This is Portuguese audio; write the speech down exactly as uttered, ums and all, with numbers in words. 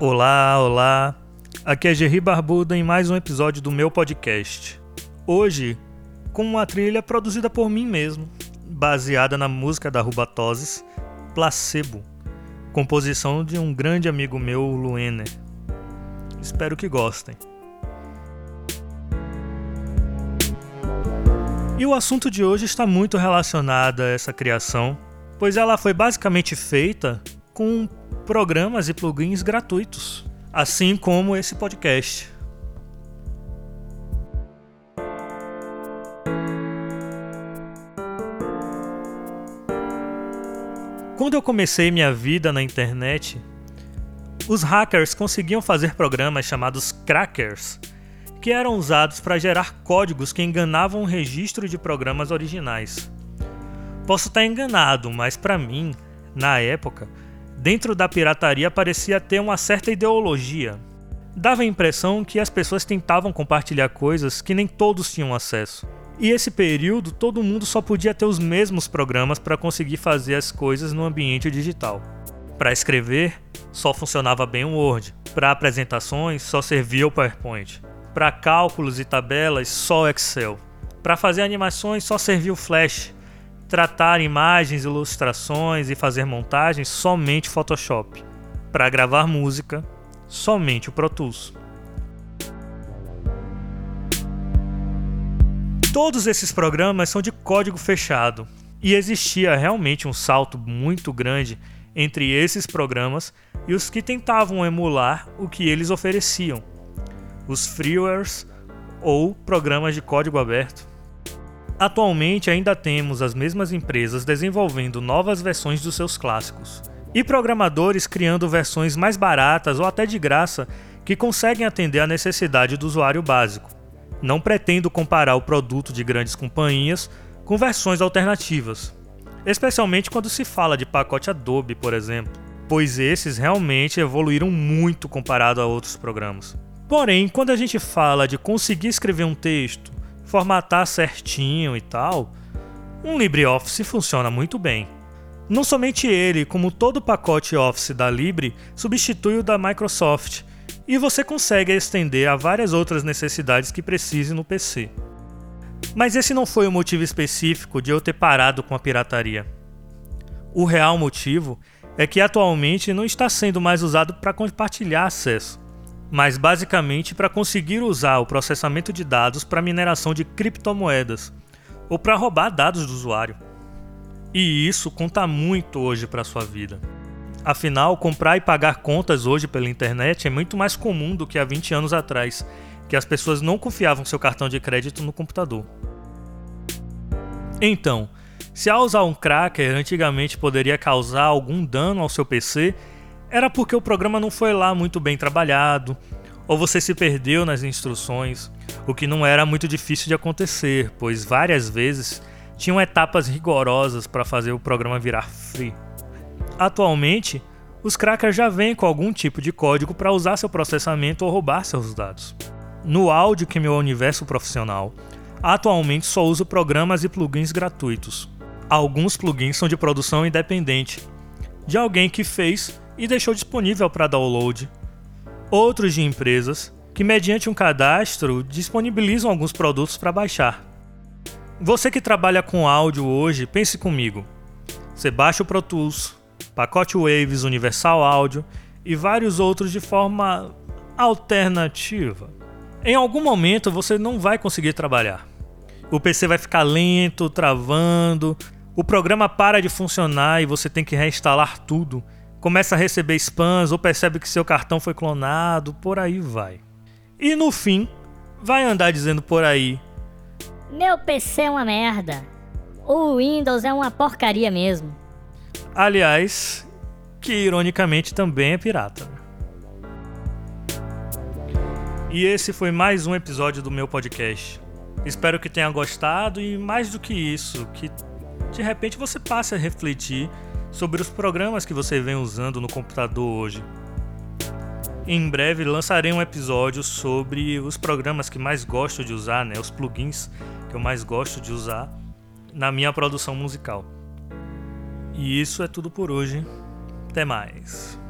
Olá, olá, aqui é Gerry Barbuda em mais um episódio do meu podcast. Hoje, com uma trilha produzida por mim mesmo, baseada na música da Rubatoses, Placebo, composição de um grande amigo meu, Luener. Espero que gostem. E o assunto de hoje está muito relacionado a essa criação, pois ela foi basicamente feita com programas e plugins gratuitos, assim como esse podcast. Quando eu comecei minha vida na internet, os hackers conseguiam fazer programas chamados crackers, que eram usados para gerar códigos que enganavam o registro de programas originais. Posso estar enganado, mas para mim, na época, dentro da pirataria parecia ter uma certa ideologia. Dava a impressão que as pessoas tentavam compartilhar coisas que nem todos tinham acesso. E esse período todo mundo só podia ter os mesmos programas para conseguir fazer as coisas no ambiente digital. Para escrever, só funcionava bem o Word. Para apresentações, só servia o PowerPoint. Para cálculos e tabelas, só o Excel. Para fazer animações, só servia o Flash. Tratar imagens, ilustrações e fazer montagens, somente Photoshop. Para gravar música, somente o Pro Tools. Todos esses programas são de código fechado, e existia realmente um salto muito grande entre esses programas e os que tentavam emular o que eles ofereciam, os freewares ou programas de código aberto. Atualmente ainda temos as mesmas empresas desenvolvendo novas versões dos seus clássicos, e programadores criando versões mais baratas ou até de graça que conseguem atender à necessidade do usuário básico. Não pretendo comparar o produto de grandes companhias com versões alternativas, especialmente quando se fala de pacote Adobe, por exemplo, pois esses realmente evoluíram muito comparado a outros programas. Porém, quando a gente fala de conseguir escrever um texto, formatar certinho e tal, um LibreOffice funciona muito bem. Não somente ele, como todo o pacote Office da Libre, substitui o da Microsoft, e você consegue estender a várias outras necessidades que precise no P C. Mas esse não foi o motivo específico de eu ter parado com a pirataria. O real motivo é que atualmente não está sendo mais usado para compartilhar acesso, mas basicamente para conseguir usar o processamento de dados para mineração de criptomoedas, ou para roubar dados do usuário. E isso conta muito hoje para a sua vida. Afinal, comprar e pagar contas hoje pela internet é muito mais comum do que há vinte anos atrás, que as pessoas não confiavam seu cartão de crédito no computador. Então, se ao usar um cracker antigamente poderia causar algum dano ao seu P C, era porque o programa não foi lá muito bem trabalhado, ou você se perdeu nas instruções, o que não era muito difícil de acontecer, pois várias vezes tinham etapas rigorosas para fazer o programa virar free. Atualmente, os crackers já vêm com algum tipo de código para usar seu processamento ou roubar seus dados. No áudio, que é meu universo profissional, atualmente só uso programas e plugins gratuitos. Alguns plugins são de produção independente, de alguém que fez e deixou disponível para download. Outros de empresas que, mediante um cadastro, disponibilizam alguns produtos para baixar. Você que trabalha com áudio hoje, pense comigo. Você baixa o Pro Tools, pacote Waves, Universal Audio e vários outros de forma alternativa. Em algum momento você não vai conseguir trabalhar. O P C vai ficar lento, travando, o programa para de funcionar e você tem que reinstalar tudo. Começa a receber spams ou percebe que seu cartão foi clonado, por aí vai. E no fim, vai andar dizendo por aí: meu P C é uma merda. O Windows é uma porcaria mesmo. Aliás, que ironicamente também é pirata. E esse foi mais um episódio do meu podcast. Espero que tenha gostado e, mais do que isso, que de repente você passe a refletir sobre os programas que você vem usando no computador hoje. Em breve lançarei um episódio sobre os programas que mais gosto de usar, né, os plugins que eu mais gosto de usar na minha produção musical. E isso é tudo por hoje. Até mais.